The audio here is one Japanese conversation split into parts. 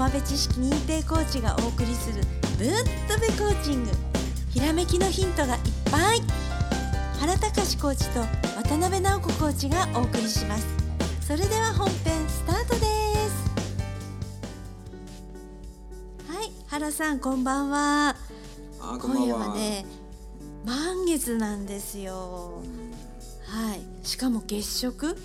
浜辺知識認定コーチがお送りするぶっとべコーチング。ひらめきのヒントがいっぱい。原隆コーチと渡辺直子コーチがお送りします。それでは本編スタートです。はい、原さんこんばんは。 こんばんは。 今夜はね、満月なんですよ。はい、しかも月食。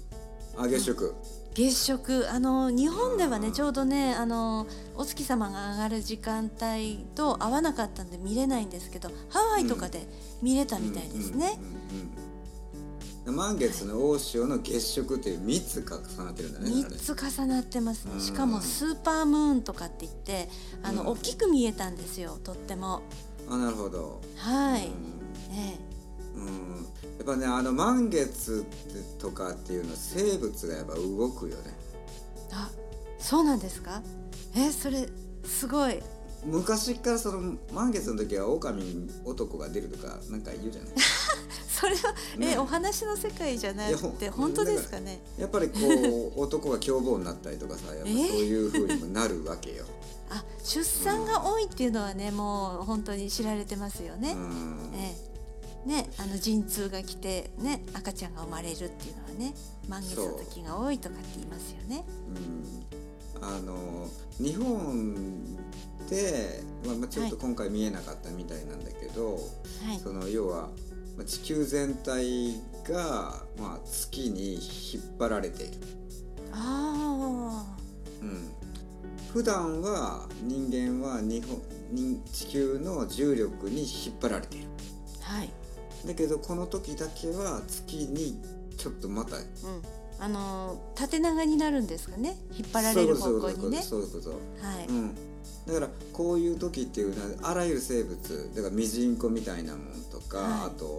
月食、日本ではねちょうどねお月様が上がる時間帯と合わなかったんで見れないんですけど、ハワイとかで見れたみたいですね。 満月の大潮の月食っていう3つ重なってるんだね。 3つ重なってますね。しかもスーパームーンとかって言って大きく見えたんですよ、とっても。 なるほど。 はい、 やっぱね満月とかっていうのは生物がやっぱ動くよね。 あ、そうなんですか。それすごい。 昔からその満月の時は狼男が出るとかなんか言うじゃないそれは、ね、お話の世界じゃなくて本当ですかね。 やっぱりこう男が凶暴になったりとかさ、やっぱそういう風にもなるわけよ。 出産が多いっていうのはね、もう本当に知られてますよね。ね、陣痛が来て、ね、赤ちゃんが生まれるっていうのはね、満月の時が多いとかって言いますよね。 日本で、ちょっと今回見えなかったみたいなんだけど、その要は地球全体が、月に引っ張られている。普段は人間は地球の重力に引っ張られている。だけどこの時だけは月にちょっとまた、 縦長になるんですかね、引っ張られる方向にね。 そういうこと。だからこういう時っていうのはあらゆる生物だからミジンコみたいなもんとか、あと、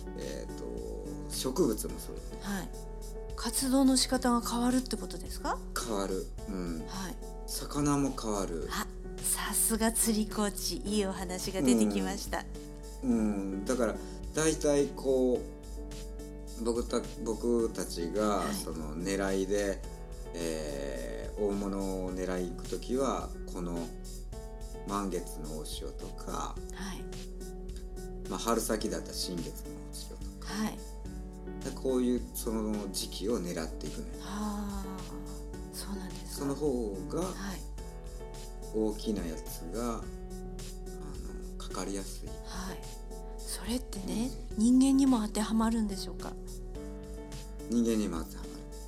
植物もそうだね。 活動の仕方が変わるってことですか。 変わる。魚も変わる。 さすが釣りコーチ、いいお話が出てきました。 だからだいたいこう僕たちがその狙いで、大物を狙い行くときはこの満月の大潮とか、春先だったら新月の大潮とか、こういうその時期を狙っていくね。 そうなんですか。 その方が大きなやつがかかりやすい。 それってね、人間にも当てはまるんでしょうか。 人間にも当ては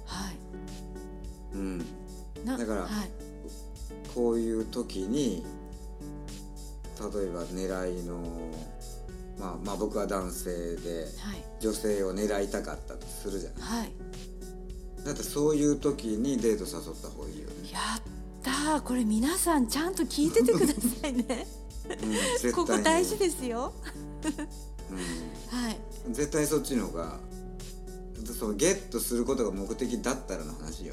まる。だから、こういう時に例えば狙いの僕は男性で、女性を狙いたかったとするじゃない。だってそういう時にデート誘った方がいいよね。 やったー、これ皆さんちゃんと聞いててくださいね。ここ大事ですよ。 絶対そっちの方がそのゲットすることが目的だったらの話よ。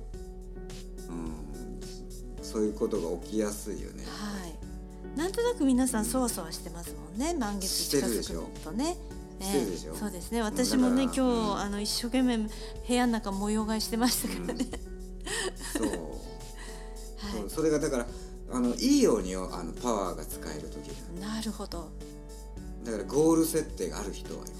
そういうことが起きやすいよね。 なんとなく皆さんそわそわしてますもんね、満月近づくとね。そうですね。私もね、今日一生懸命部屋の中模様替えしてましたからね。 それがだからいいようにパワーが使える時だ。 なるほど。 だからゴール設定がある人は、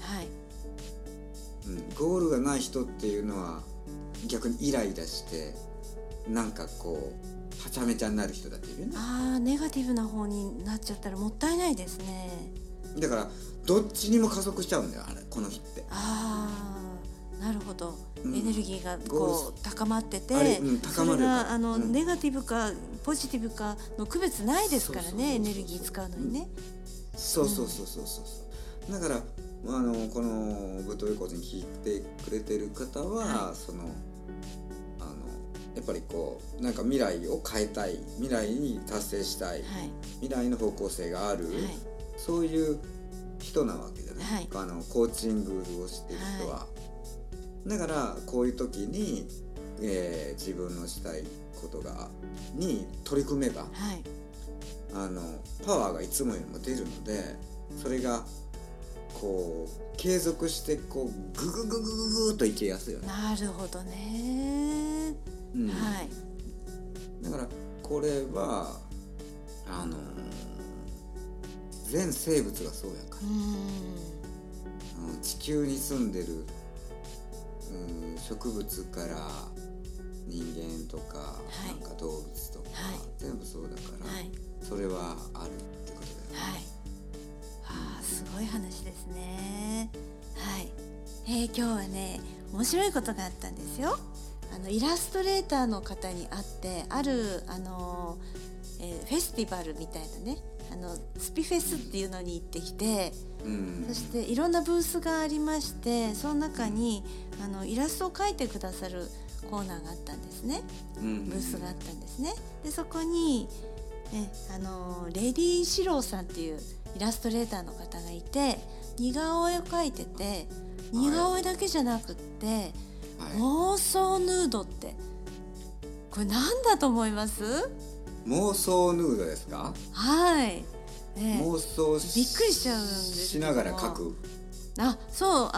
ゴールがない人っていうのは逆にイライラしてなんかこうはちゃめちゃになる人だっているよね。 ネガティブな方になっちゃったらもったいないですね。 だからどっちにも加速しちゃうんだよ、この日って。 なるほど。エネルギーがこう高まってて、それがネガティブかポジティブかの区別ないですからね、エネルギー使うのにね。 だからこのぶっとべコーチに聞いてくれてる方は、やっぱりこうなんか未来を変えたい、未来に達成したい、未来の方向性がある、そういう人なわけじゃない、コーチングをしてる人は。だからこういう時に、自分のしたいことに取り組めば、パワーがいつもよりも出るので、それがこう継続してこうググググググーっといけやすいよね。 なるほどね。 だからこれは全生物がそうやから、地球に住んでる、植物から人間とか、 はい、 なんか動物とか、はい、全部そうだから、はい、それはあるってことだよね。 はい、すごい話ですね。はい、今日はね面白いことがあったんですよ。イラストレーターの方に会ってあるフェスティバルみたいなねスピフェスっていうのに行ってきて、そしていろんなブースがありまして、その中にイラストを描いてくださるコーナーがあったんですね、ブースがあったんですね。でそこに、レディ・シローさんっていうイラストレーターの方がいて、似顔絵を描いてて、似顔絵だけじゃなくって、妄想ヌードってこれ何だと思います？ 妄想ヌードですか？ はい、 妄想びっくりしちゃうんですしながら描く。 そう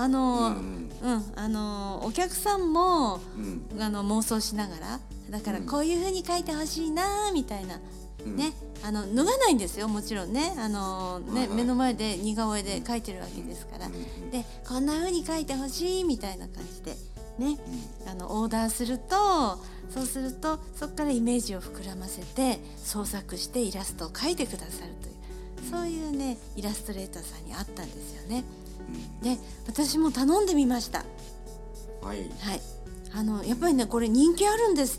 お客さんも、妄想しながら、だからこういう風に描いてほしいなみたいな、ね、脱がないんですよ、もちろんね、目の前で似顔絵で描いてるわけですから、でこんな風に描いてほしいみたいな感じでね、オーダーすると、そうするとそこからイメージを膨らませて創作してイラストを描いてくださるという、そういうねイラストレーターさんに会ったんですよね。で私も頼んでみました。はい、やっぱりねこれ人気あるんですって。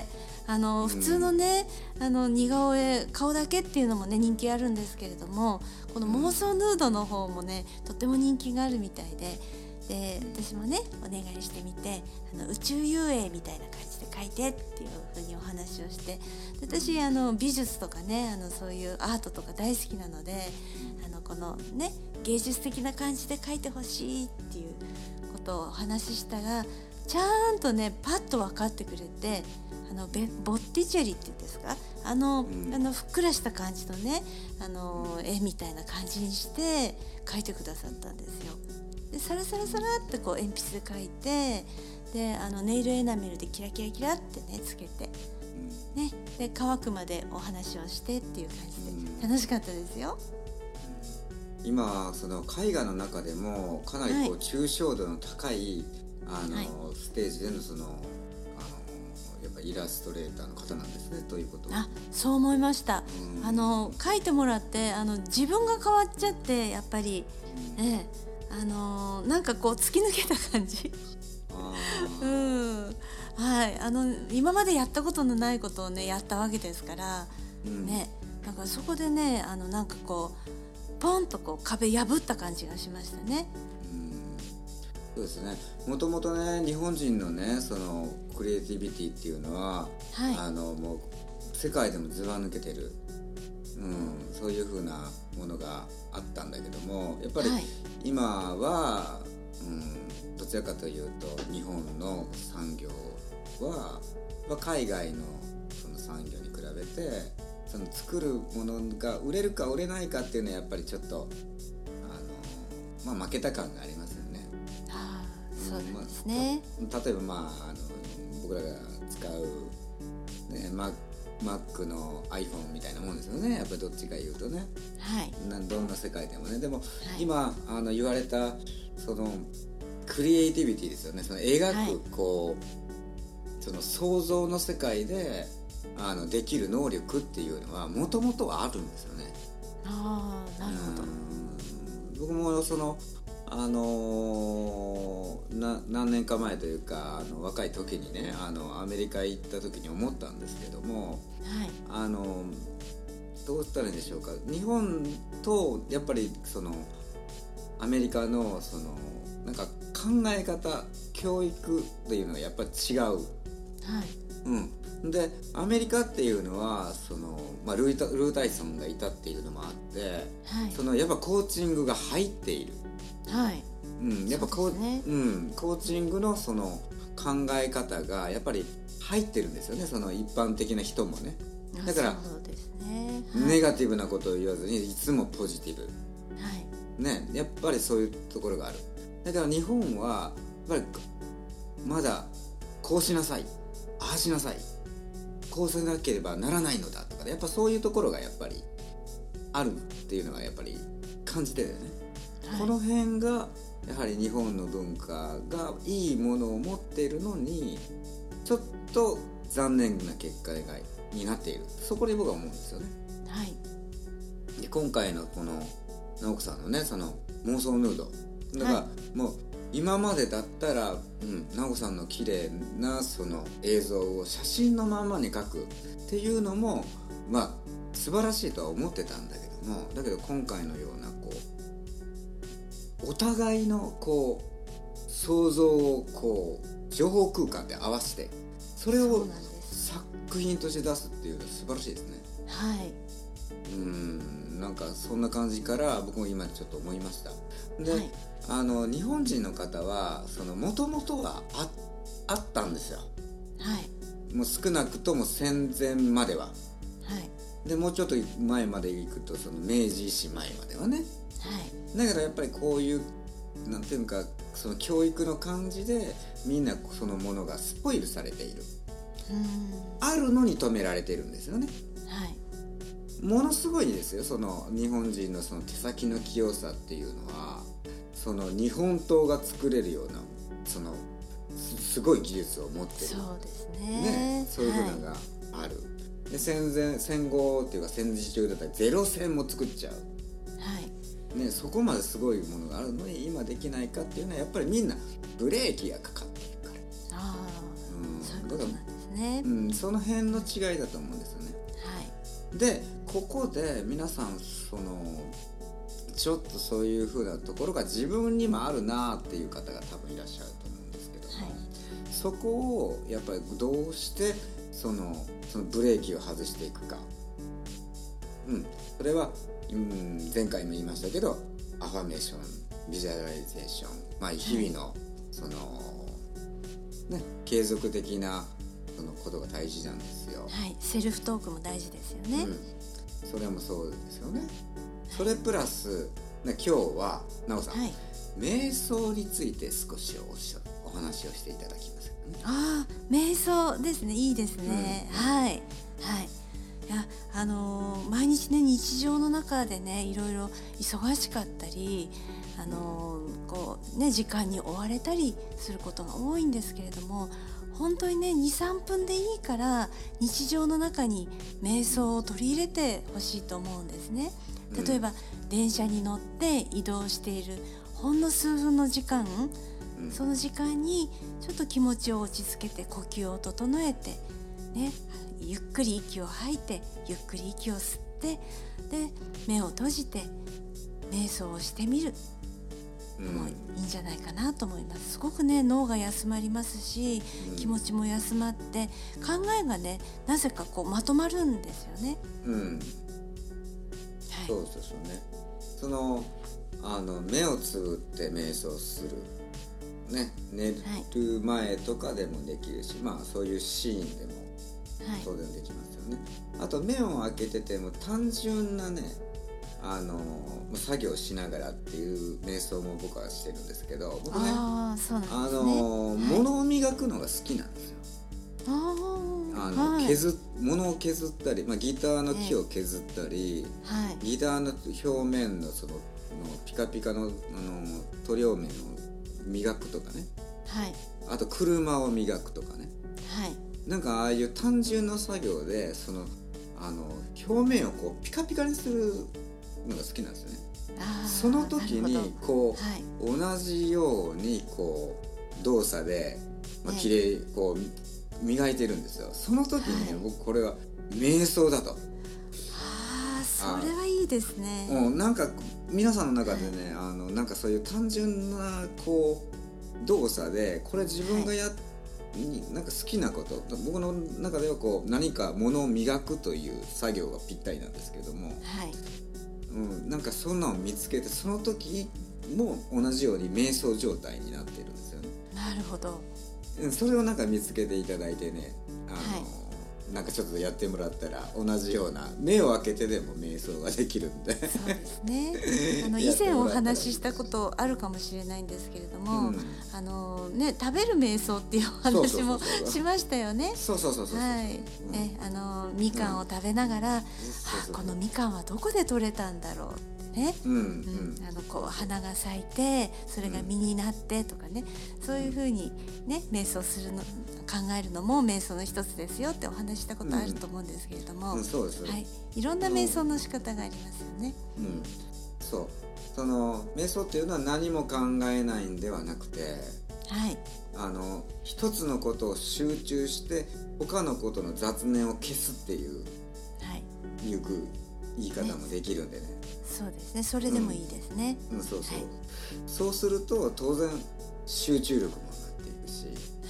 普通のね似顔絵顔だけっていうのもね人気あるんですけれども、この妄想ヌードの方もねとても人気があるみたいで、私もねお願いしてみて、宇宙遊泳みたいな感じで描いてっていう風にお話をして、で私美術とかねそういうアートとか大好きなので、このね芸術的な感じで描いてほしいっていうことをお話ししたら、ちゃんとねパッと分かってくれて、ボッティチェリっていうんですか、ふっくらした感じのね絵みたいな感じにして描いてくださったんですよ。でサラサラサラってこう鉛筆で描いて、でネイルエナメルでキラキラキラってねつけて、ね、で乾くまでお話をしてっていう感じで楽しかったですよ。 今その絵画の中でもかなりこう抽象度の高い、ステージでのそのやっぱイラストレーターの方なんですね、ということは。 そう思いました。描いてもらって自分が変わっちゃって、やっぱり、なんかこう突き抜けた感じ今までやったことのないことをねやったわけですから、ね、だからそこでねなんかこうポンとこう壁破った感じがしましたね。 そうですね。もともとね日本人のねそのクリエイティビティっていうのは、もう世界でもずば抜けてる、そういう風なものがあったんだけども、やっぱり今は、どちらかというと日本の産業は海外のその産業に比べてその作るものが売れるか売れないかっていうのはやっぱりちょっと負けた感がありますよね。 そうですね。 例えば僕らが使う、ね、Mac の iPhone みたいなもんですよね。やっぱりどっちか言うとね、どんな世界でもね。でも、今言われたそのクリエイティビティですよね。その描くこう、その想像の世界でできる能力っていうのはもともとはあるんですよね。 なるほど。 僕もその何年か前というか若い時にねアメリカ行った時に思ったんですけども、どうしたらいいんでしょうか。日本とやっぱりそのアメリカのそのなんか考え方教育っていうのがやっぱり違う。でアメリカっていうのはその、ルータイソンがいたっていうのもあって、そのやっぱコーチングが入っている。やっぱコーチングのその考え方がやっぱり入ってるんですよね、その一般的な人もね。だからそうですね、 ネガティブなことを言わずにいつもポジティブ、やっぱりそういうところがある。だから日本はやっぱりまだこうしなさい、ああしなさいっこうせなければならないのだとか、ね、やっぱそういうところがやっぱりあるっていうのがやっぱり感じてるよね、はい、この辺がやはり日本の文化がいいものを持っているのにちょっと残念な結果になっている、そこで僕は思うんですよね、 はい、 で今回のこの直子さんのねその妄想ヌードだから、はい、もう今までだったら、直子さんの綺麗なその映像を写真のままに描くっていうのもまあ素晴らしいとは思ってたんだけども、だけど今回のようなこうお互いのこう想像をこう情報空間で合わせてそれを作品として出すっていうのは素晴らしいですね。 はい。 なんかそんな感じから僕も今ちょっと思いました。で、はい、日本人の方はその元々はあったんですよ。 はい。 もう少なくとも戦前までは。はい。でもうちょっと前まで行くとその明治維新前まではね。はい。だけどやっぱりこういうなんていうかその教育の感じでみんなそのものがスポイルされている。あるのに止められてるんですよね。はい。ものすごいですよその日本人のその手先の器用さっていうのはその日本刀が作れるようなそのすごい技術を持ってる。 そうですね。 そういうのがある。はい、で戦後っていうか戦時中だったらゼロ戦も作っちゃう。はいね、そこまですごいものがあるのに今できないかっていうのはやっぱりみんなブレーキがかかっているから。 そういうことなんですね。 その辺の違いだと思うんですよね。はい、でここで皆さんそのちょっとそういう風なところが自分にもあるなっていう方が多分いらっしゃると思うんですけども、はい、そこをやっぱりどうしてそのブレーキを外していくか、それは、前回も言いましたけどアファメーションビジュアライゼーション、日々のその、継続的なそのことが大事なんですよ。 はい、セルフトークも大事ですよね。 それもそうですよね。それプラス、今日はなおさん、瞑想について少しお話をしていただきます、 瞑想ですね。いいですね。はいはい。いや毎日ね日常の中でねいろいろ忙しかったりこうね時間に追われたりすることが多いんですけれども、本当にね 2,3 分でいいから日常の中に瞑想を取り入れてほしいと思うんですね。例えば、電車に乗って移動しているほんの数分の時間、その時間にちょっと気持ちを落ち着けて呼吸を整えて、ゆっくり息を吐いてゆっくり息を吸ってで目を閉じて瞑想をしてみるのもいいんじゃないかなと思います。すごくね脳が休まりますし、気持ちも休まって考えがねなぜかこうまとまるんですよね。 そうですよね。その目をつぶって瞑想する寝る前とかでもできるし、そういうシーンでも当然できますよね。あと目を開けてても単純なね作業しながらっていう瞑想も僕はしてるんですけど、僕ね物を磨くのが好きなんですよ。物を削ったり、ギターの木を削ったり、ギターの表面のそのピカピカの塗料面を磨くとかね、あと車を磨くとかね、なんかああいう単純な作業でその表面をこうピカピカにするのが好きなんですよね。その時にこう、同じようにこう動作で綺麗こう磨いてるんですよ。その時に僕これは瞑想だと。 それはいいですね。 なんか皆さんの中でね、なんかそういう単純なこう動作でこれ自分がなんか好きなこと僕の中ではこう何か物を磨くという作業がぴったりなんですけども、なんかそんなのを見つけてその時も同じように瞑想状態になってるんですよね。 なるほど。 それをなんか見つけていただいてね、 なんかちょっとやってもらったら同じような目を開けてでも瞑想ができるんで。 そうですね。以前お話ししたことあるかもしれないんですけれども、食べる瞑想っていうお話もしましたよね。 そうそうそうそう。はい。 みかんを食べながら、このみかんはどこで採れたんだろうってね。こう花が咲いてそれが実になってとかね、そういうふうにね瞑想するの考えるのも瞑想の一つですよってお話したことあると思うんですけれども、 そうです。 はい、いろんな瞑想の仕方がありますよね。 そう、その瞑想っていうのは何も考えないんではなくて、 はい、 一つのことを集中して他のことの雑念を消すっていう、言い方もできるんでね。 そうですね、それでもいいですね。 そうそう、そうすると当然集中力もなっていくし、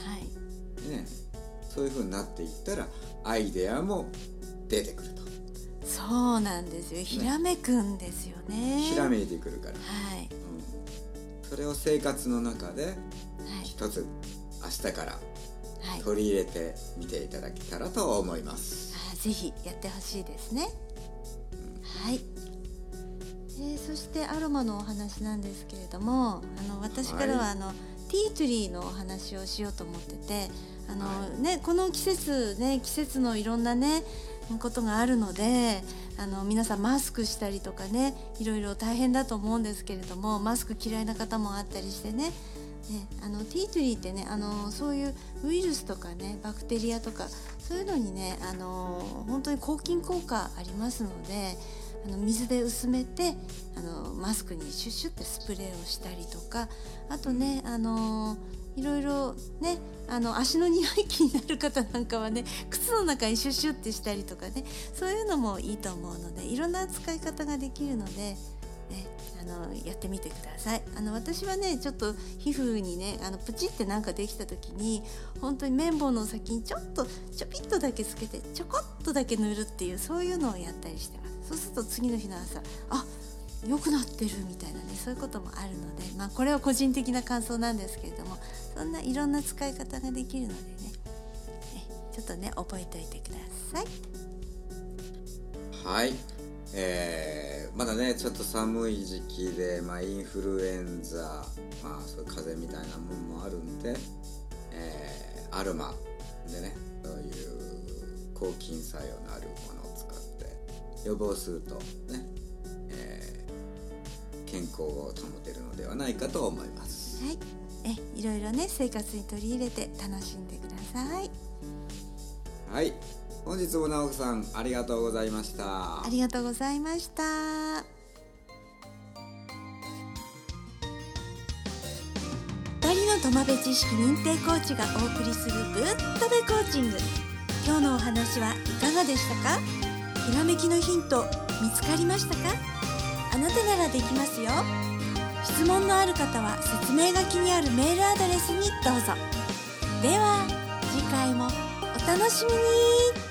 そういう風になっていったらアイデアも出てくると。 そうなんですよ、ひらめくんですよね。 ひらめいてくるから、それを生活の中で一つ明日から取り入れてみていただけたらと思います。 ぜひやってほしいですね。はい。そしてアロマのお話なんですけれども、私からはティートリーのお話をしようと思ってて、この季節のいろんなことがあるので、皆さんマスクしたりとかね、いろいろ大変だと思うんですけれども、マスク嫌いな方もあったりしてね、ティートリーってね、そういうウイルスとかね、バクテリアとかそういうのにね、本当に抗菌効果ありますので、水で薄めてマスクにシュッシュってスプレーをしたりとか、あとねいろいろね足の匂い気になる方なんかはね、靴の中にシュッシュってしたりとかね、そういうのもいいと思うので、いろんな使い方ができるので、やってみてください。私はねちょっと皮膚にねプチってなんかできた時に、本当に綿棒の先にちょぴっとだけつけてちょこっとだけ塗るっていう、そういうのをやったりしてます。そうすると次の日の朝、良くなってるみたいなね、そういうこともあるので、これは個人的な感想なんですけれども、そんないろんな使い方ができるのでね、ちょっとね覚えておいてください。 はい、まだねちょっと寒い時期で、インフルエンザ、そういう風邪みたいなものもあるんで、アロマでね、そういう抗菌作用のあるものを使って予防するとね、健康を保てるのではないかと思います。 はい、いろいろね生活に取り入れて楽しんでください。 はい、本日も直子さんありがとうございました。 ありがとうございました。2人のトマベ知識認定コーチがお送りするぶっとべコーチング。今日のお話はいかがでしたか？ひらめきのヒント見つかりましたか？あなたならできますよ。質問のある方は説明書きにあるメールアドレスにどうぞ。では次回もお楽しみに。